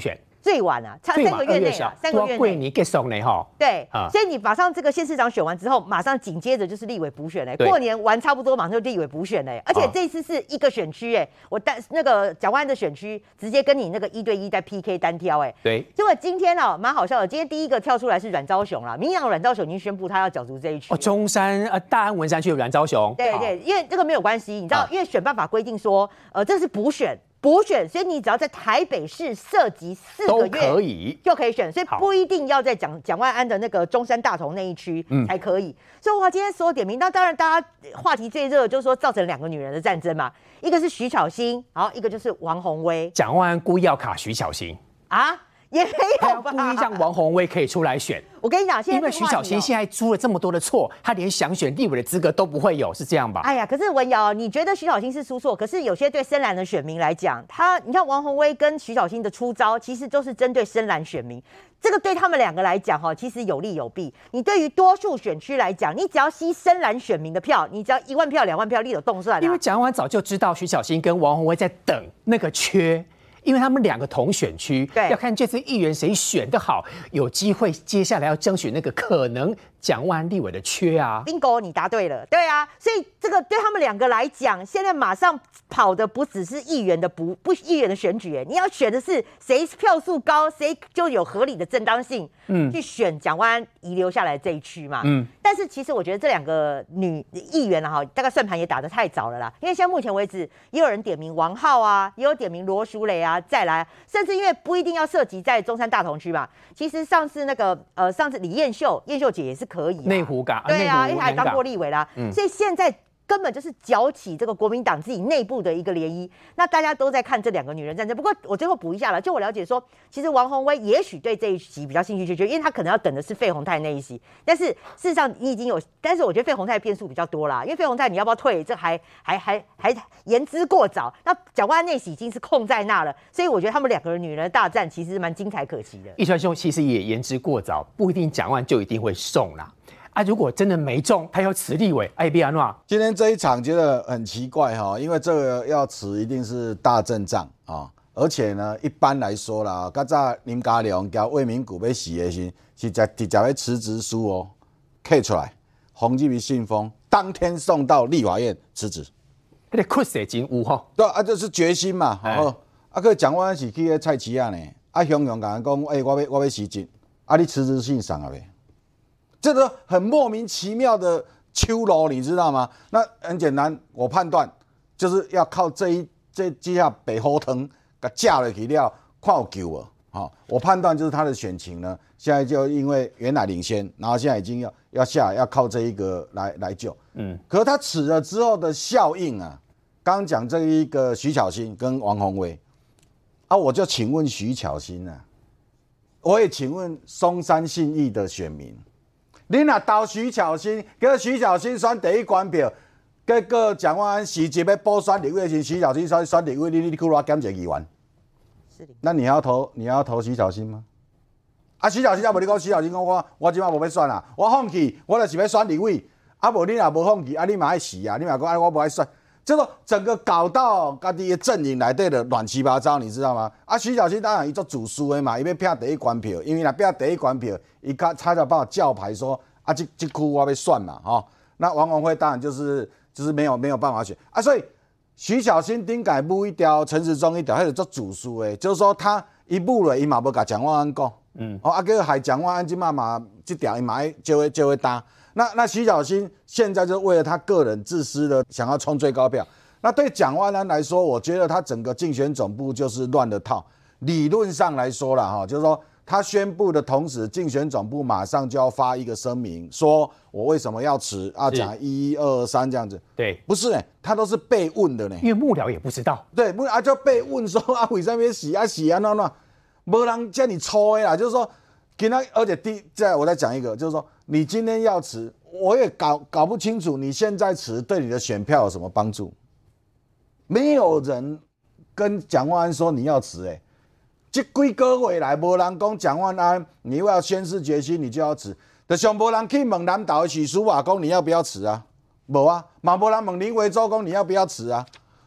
最晚啊，差三个月内啊，三个月内。 过年结束呢哈。 对，啊、所以你马上这个县市长选完之后，马上紧接着就是立委补选嘞。过年完差不多，马上就立委补选嘞。而且这次是一个选区哎，我单那个蒋万安的选区直接跟你那个一对一在 P K 单挑哎。 对。 结果今天啊，蛮好笑的，今天第一个跳出来是阮昭雄啦，民进党阮昭雄已经宣布他要角逐这一区。 哦，中山呃大安文山区有阮昭雄。 对对，因为这个没有关系，你知道，啊、因为选办法规定说，呃，这是补选。补选，所以你只要在台北市涉及四个月可以就可以选，所以不一定要在蒋蒋万安的那个中山大同那一区才可以。嗯、所以哇，今天所有点名，那当然大家话题最热的就是说造成两个女人的战争嘛，一个是徐巧芯，然后一个就是王宏威。 蒋万安故意要卡徐巧芯啊？也没有吧， 故意让王宏威可以出来选。 我跟你讲，现在、 因为徐巧芯现在出了这么多的错，他连想选立委的资格都不会有，是这样吧？ 哎呀，可是文瑶，你觉得徐巧芯是出错？可是有些对深蓝的选民来讲，他你看王宏威跟徐巧芯的出招，其实都是针对深蓝选民。这个对他们两个来讲，哈，其实有利有弊。你对于多数选区来讲，你只要吸深蓝选民的票，你只要一万票、两万票，你有动算、啊。 因为蒋万安早就知道徐巧芯跟王宏威在等那个缺。因为他们两个同选区，要看这次议员谁选得好，有机会接下来要争取那个可能蒋万安立委的缺啊。 bingo， 你答对了，对啊，所以这个对他们两个来讲，现在马上跑的不只是议员的不不议员的选举，你要选的是谁票数高，谁就有合理的正当性，嗯，去选蒋万安遗留下来这一区嘛，嗯。但是其实我觉得这两个女议员啊，哈，大概算盘也打得太早了啦，因为现在目前为止，也有人点名王浩啊，也有点名罗淑蕾啊。再来，甚至因为不一定要涉及在中山大同区嘛，其实上次那个呃，上次李燕秀燕秀姐也是可以、啊， 内湖港对啊，因为还当过立委啦，嗯、所以现在根本就是搅起这个国民党自己内部的一个涟漪。那大家都在看这两个女人战争。不过我最后补一下了，就我了解说，其实王宏威也许对这一席比较兴趣缺缺，因为他可能要等的是费鸿泰那一席。但是事实上你已经有，但是我觉得费鸿泰变数比较多啦，因为费鸿泰你要不要退，这还还还还言之过早。那蒋万安那席已经是空在那了，所以我觉得他们两个人女人的大战其实蛮精彩可期的。 一传兄其实也言之过早，不一定蒋万安就一定会送啦。啊，如果真的没中，他要辞立委，哎，别安诺。 今天这一场觉得很奇怪哈，因为这个要辞一定是大阵仗啊，而且呢，一般来说啦，较早林佳龙交魏明谷要死的时，是直直接要辞职书哦，刻出来，封入去信封，当天送到立法院辞职。 那个缺势真有吼。 对啊，就是决心嘛，好。啊，个蒋万安是去个菜市啊呢，啊，雄雄甲人讲，哎、欸，我要我要辞职，啊，你辞职信送了没？这个很莫名其妙的秋楼，你知道吗？那很简单，我判断就是要靠这一这这下北河藤给架了去了，看有救了。好，我判断就是他的选情呢，现在就因为原来领先，然后现在已经要要下来，要靠这一个来来救。嗯，可是他辞了之后的效应啊，刚刚讲这一个徐巧芯跟王宏威啊，我就请问徐巧芯啊，我也请问松山信义的选民。你若投徐巧芯，叫徐巧芯选第一关票，结果蒋万安时节要补选立委时，徐巧芯选选立委，你你去偌减一个议员，那你要投你要投徐巧芯吗？啊，徐巧芯啊，无你讲徐巧芯讲我我即摆无要选啦，我放弃，我就是要选立委，啊无你若无放弃，啊你嘛爱死啊，你嘛讲啊我无爱选，这个整个搞到家己的阵营内底的乱七八糟，你知道吗？啊，徐巧芯当然伊做主输的嘛，伊要拼第一关票，因为若拼第一关票。伊他他就帮我叫牌说啊，这这区我要算嘛，哈、哦。那王宏辉当然就是就是没有没有办法选啊，所以徐巧芯顶改不一条，陈时中一条，还有做主输诶，就是说他一步了，伊嘛无甲蒋万安讲，嗯，哦，啊，叫害蒋万安即嘛嘛这条伊嘛爱就会就会搭。那那徐巧芯现在就为了他个人自私的想要冲最高票，那对蒋万安来说，我觉得他整个竞选总部就是乱了套。理论上来说啦，哈，就是说。他宣布的同时，竞选总部马上就要发一个声明，说我为什么要辞啊？讲一二三这样子。对，不是呢、欸，他都是被问的呢、欸。因为幕僚也不知道。 对，幕啊就被问说啊，为什么洗啊洗啊那那，没人叫你抽的啦，就是说，给他，而且第再我再讲一个，就是说，你今天要辞，我也搞搞不清楚，你现在辞对你的选票有什么帮助？没有人跟蒋万安说你要辞、欸，哎。这几个月来，无人讲蒋万安，你要宣誓决心，你就要辞。就上无人去问南投的许淑华讲你要不要辞啊？无啊，嘛无人问林维洲讲你要不要辞啊？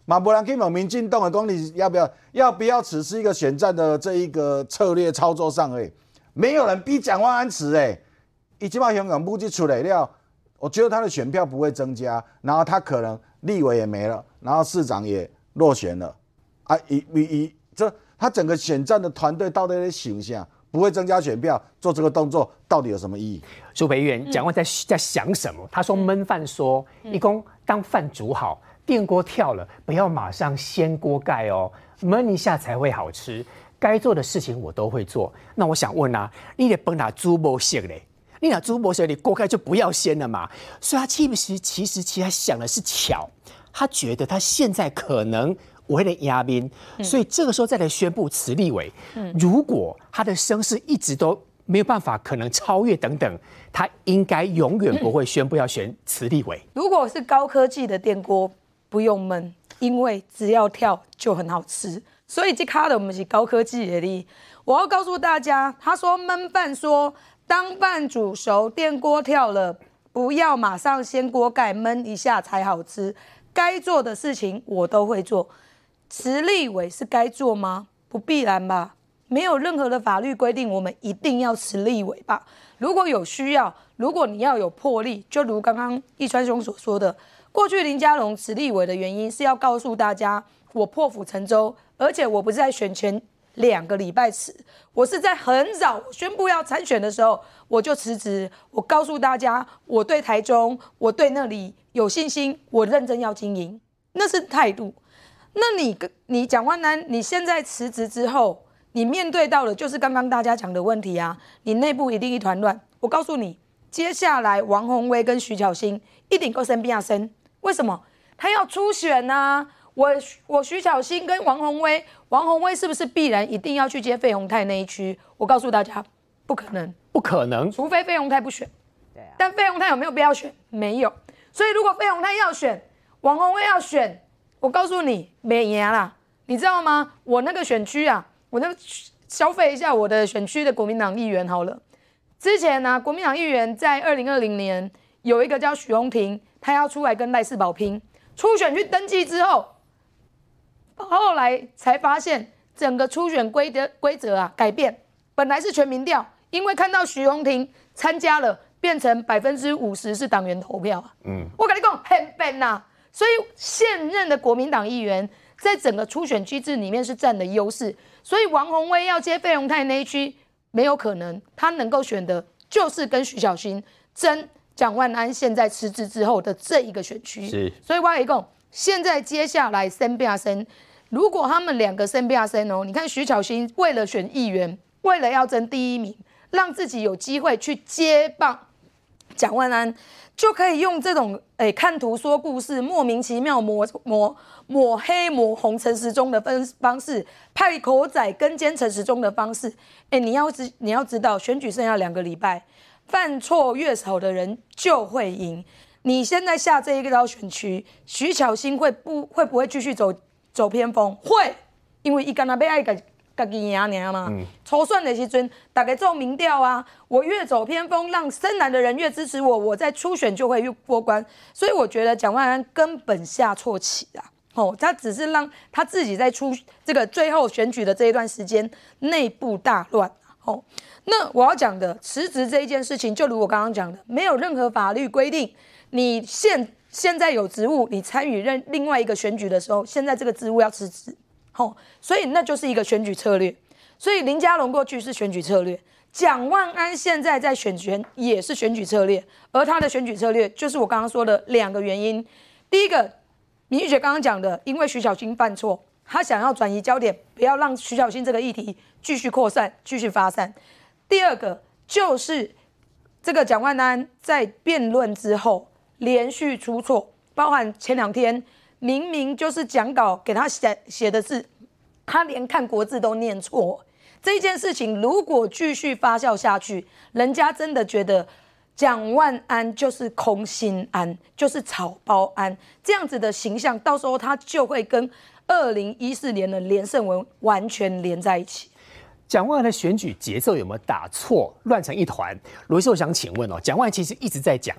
马博兰可以问民进党的讲，你要不要要不要此是一个选战的这一个策略操作上而已，没有人逼蒋万安辞哎，以及把香港不计出来了，我觉得他的选票不会增加，然后他可能立委也没了，然后市长也落选了，啊，以以以这他整个选战的团队到底在想啥？不会增加选票，做这个动作到底有什么意义？ 苏培元蒋万在在想什么？他说焖饭说，一公当饭煮好，电锅跳了，不要马上掀锅盖哦，焖一下才会好吃。该做的事情我都会做。那我想问啊，你的崩哪猪不熟嘞？你哪猪不熟，你锅盖就不要掀了嘛。所以他其实其实其实他想的是巧，他觉得他现在可能。我的压兵，所以这个时候再来宣布辞立委。嗯、如果他的声势一直都没有办法可能超越等等，他应该永远不会宣布要选辞立委。 如果是高科技的电锅，不用焖，因为只要跳就很好吃。所以这卡的我们是高科技的力。我要告诉大家，他说焖饭说，当饭煮熟，电锅跳了，不要马上掀锅盖，焖一下才好吃。该做的事情我都会做。辞立委是该做吗？不必然吧，没有任何的法律规定我们一定要辞立委吧。如果有需要，如果你要有魄力，就如刚刚一川兄所说的，过去林佳龙辞立委的原因是要告诉大家，我破釜沉舟，而且我不是在选前两个礼拜辞，我是在很早我宣布要参选的时候我就辞职。我告诉大家，我对台中，我对那里有信心，我认真要经营，那是态度。那你你蒋万安，你现在辞职之后，你面对到的就是刚刚大家讲的问题啊，你内部一定一团乱。我告诉你，接下来王宏威跟徐巧芯一定够生变生，为什么？他要初选啊！我我徐巧芯跟王宏威，王宏威是不是必然一定要去接费鸿泰那一区？我告诉大家，不可能， 不可能， 除非费鸿泰不选。对啊。但费鸿泰有没有必要选？没有。所以如果费鸿泰要选，王宏威要选。我告诉你，没赢啦，你知道吗？我那个选区啊，我那消费一下我的选区的国民党议员好了。之前呢、啊，国民党议员在二零二零年有一个叫许宏庭，他要出来跟赖世宝拼，初选去登记之后，后来才发现整个初选规则规则啊改变，本来是全民调，因为看到许宏庭参加了，变成百分之五十是党员投票啊。嗯，我跟你讲，很笨呐。所以现任的国民党议员在整个初选机制里面是占的优势，所以王宏威要接费鸿泰那一区没有可能，他能够选的就是跟徐巧芯争蒋万安现在辞职之后的这一个选区。是，所以我跟你讲，现在接下来生变生，如果他们两个生变生哦，你看徐巧芯为了选议员，为了要争第一名，让自己有机会去接棒蒋万安。就可以用这种诶、欸、看图说故事，莫名其妙抹抹抹黑抹红陈时中的方式，派口仔跟监陈时中的方式。哎、欸，你要知你要知道，选举剩下两个礼拜，犯错越少的人就会赢。你现在下这一个选区，徐巧芯会不会不会继续走走偏锋？会，因为伊干那要爱个。自己赢尔嘛，筹算的时阵，大家做民调啊，我越走偏锋，让深蓝的人越支持我，我在初选就会越过关。所以我觉得蒋万安根本下错棋啦，哦，他只是让他自己在出这个最后选举的这一段时间内部大乱。哦，那我要讲的辞职这一件事情，就如我刚刚讲的，没有任何法律规定，你现现在有职务，你参与任另外一个选举的时候，现在这个职务要辞职。哦，所以那就是一个选举策略。所以林佳龙过去是选举策略，蒋万安现在在选权也是选举策略，而他的选举策略就是我刚刚说的两个原因。第一个，明玉姐刚刚讲的，因为徐巧芯犯错，他想要转移焦点，不要让徐巧芯这个议题继续扩散、继续发散。第二个就是这个蒋万安在辩论之后连续出错，包含前两天。明明就是讲稿给他写写的字，他连看国字都念错。这件事情如果继续发酵下去，人家真的觉得蒋万安就是空心安，就是草包安这样子的形象，到时候他就会跟二零一四年的连胜文完全连在一起。 蒋万安的选举节奏有没有打错，乱成一团？罗医师，我想请问哦，蒋万安其实一直在讲。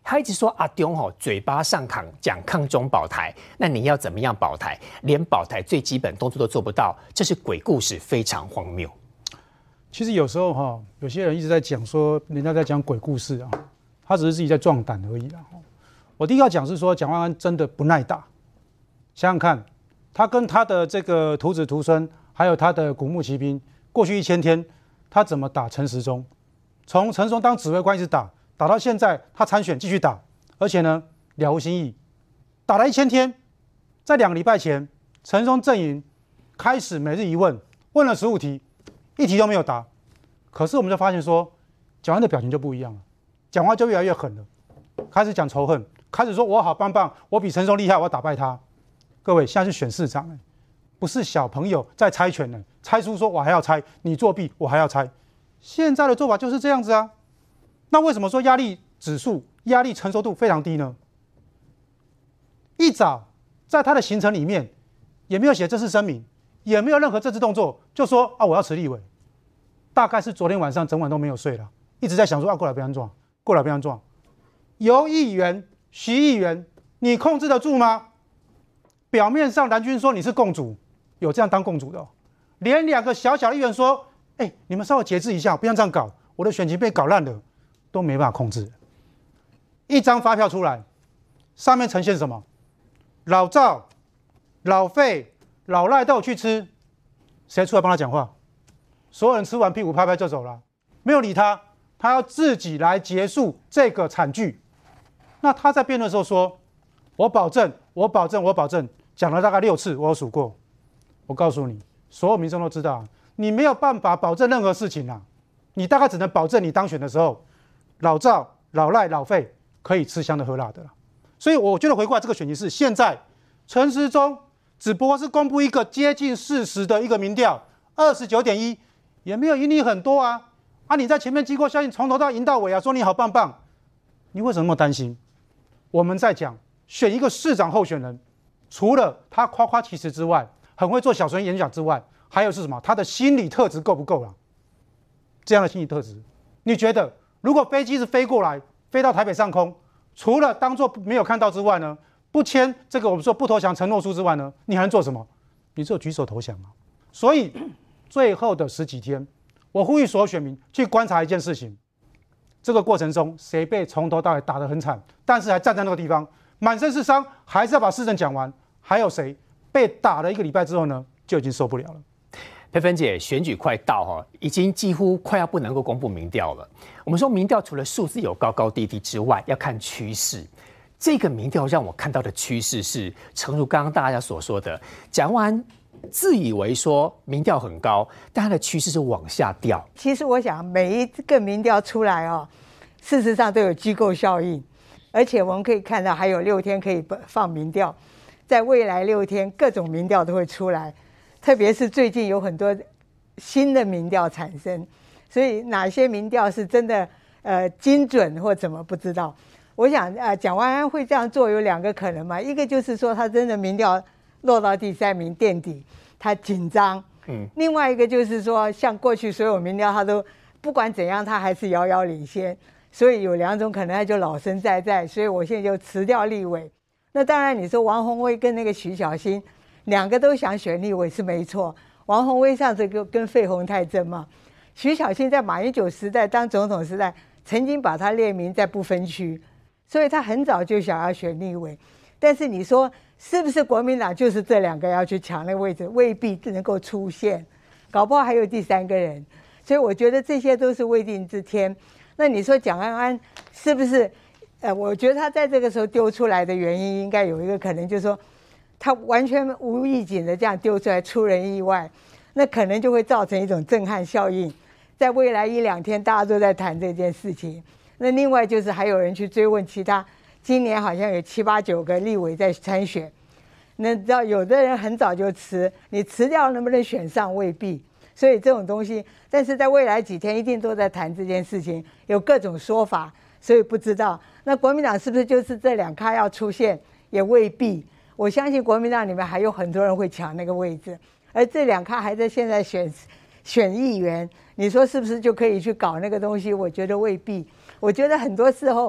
他一直说阿中吼嘴巴上抗讲抗中保台，那你要怎么样保台？连保台最基本动作都做不到，这是鬼故事，非常荒谬。 其实有时候哈，有些人一直在讲说人家在讲鬼故事啊，他只是自己在壮胆而已啦。我第一个要讲是说蒋万安真的不耐打，想想看，他跟他的这个徒子徒孙，还有他的古墓骑兵，过去一千天，他怎么打陈时中？从陈时中当指挥官一直打。打到现在，他参选继续打，而且呢了无新意，打了一千天，在两个礼拜前，陈时中阵营开始每日一问，问了十五题，一题都没有答。可是我们就发现说，蒋万安的表情就不一样了，讲话就越来越狠了，开始讲仇恨，开始说我好棒棒，我比陈时中厉害，我要打败他。各位，现在是选市长，不是小朋友在猜拳呢，猜出说我还要猜，你作弊我还要猜，现在的做法就是这样子啊。那为什么说压力指数、压力承受度非常低呢？一早在他的行程里面也没有写正式声明，也没有任何政治动作，就说啊我要辞立委。大概是昨天晚上整晚都没有睡了，一直在想说啊过来不要撞，过来不要撞。游议员、徐议员，你控制得住吗？表面上蓝军说你是共主，有这样当共主的、哦，连两个小小的议员说，哎、欸，你们稍微节制一下，不要这样搞，我的选情被搞烂了。都没办法控制，一张发票出来，上面呈现什么？老赵、老费、老赖都有去吃，谁出来帮他讲话？所有人吃完屁股拍拍就走了，没有理他，他要自己来结束这个惨剧。那他在辩论的时候说：“我保证，我保证，我保证。”讲了大概六次，我有数过。我告诉你，所有民众都知道，你没有办法保证任何事情啊，你大概只能保证你当选的时候。老赵、老赖、老费可以吃香的喝辣的，所以我觉得回过来这个选情是现在陈时中只不过是公布一个接近事实的一个民调，二十九点一，也没有赢你很多啊啊！你在前面机构效应从头到赢到尾啊，说你好棒棒，你为什么那么担心？我们在讲选一个市长候选人，除了他夸夸其词之外，很会做小型演讲之外，还有是什么？他的心理特质够不够了？这样的心理特质，你觉得？如果飞机是飞过来，飞到台北上空，除了当作没有看到之外呢，不签这个我们说不投降承诺书之外呢，你还能做什么？你只有举手投降嘛。所以最后的十几天，我呼吁所有选民去观察一件事情：这个过程中谁被从头到尾打得很惨，但是还站在那个地方，满身是伤，还是要把事情讲完；还有谁被打了一个礼拜之后呢，就已经受不了了。 佩芬姐，选举快到哈，已经几乎快要不能够公布民调了。我们说民调除了数字有高高低低之外，要看趋势。这个民调让我看到的趋势是，诚如刚刚大家所说的，蒋万安自以为说民调很高，但他的趋势是往下掉。 其实我想每一个民调出来哦，事实上都有机构效应，而且我们可以看到还有六天可以放民调，在未来六天各种民调都会出来。特别是最近有很多新的民调产生，所以哪些民调是真的呃精准或怎么不知道。我想呃蒋万安会这样做有两个可能嘛，一个就是说他真的民调落到第三名垫底，他紧张；嗯，另外一个就是说像过去所有民调他都不管怎样他还是遥遥领先，所以有两种可能，他就老神在在，所以我现在就辞掉立委。那当然你说王宏威跟那个徐小新。两个都想选立委是没错，王宏威上次跟跟费鸿泰争嘛，徐小新在马英九时代当总统时代，曾经把他列名在不分区，所以他很早就想要选立委。但是你说是不是国民党就是这两个要去抢那个位置，未必能够出现，搞不好还有第三个人。所以我觉得这些都是未定之天。那你说蒋万安是不是？呃，我觉得他在这个时候丢出来的原因，应该有一个可能，就是说。他完全无预警的这样丢出来，出人意外，那可能就会造成一种震撼效应。在未来一两天，大家都在谈这件事情。那另外就是还有人去追问其他，今年好像有七八九个立委在参选。那知道有的人很早就辞，你辞掉能不能选上未必。所以这种东西，但是在未来几天一定都在谈这件事情，有各种说法，所以不知道。那国民党是不是就是这两咖要出现，也未必。我相信国民党里面还有很多人会抢那个位置，而这两咖还在现在选选议员，你说是不是就可以去搞那个东西？我觉得未必。我觉得很多时候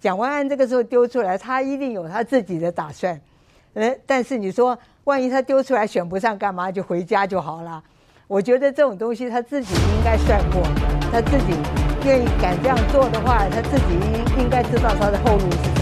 蒋万安这个时候丢出来，他一定有他自己的打算。呃，但是你说，万一他丢出来选不上，干嘛就回家就好了？我觉得这种东西他自己应该算过，他自己愿意敢这样做的话，他自己应应该知道他的后路是什么。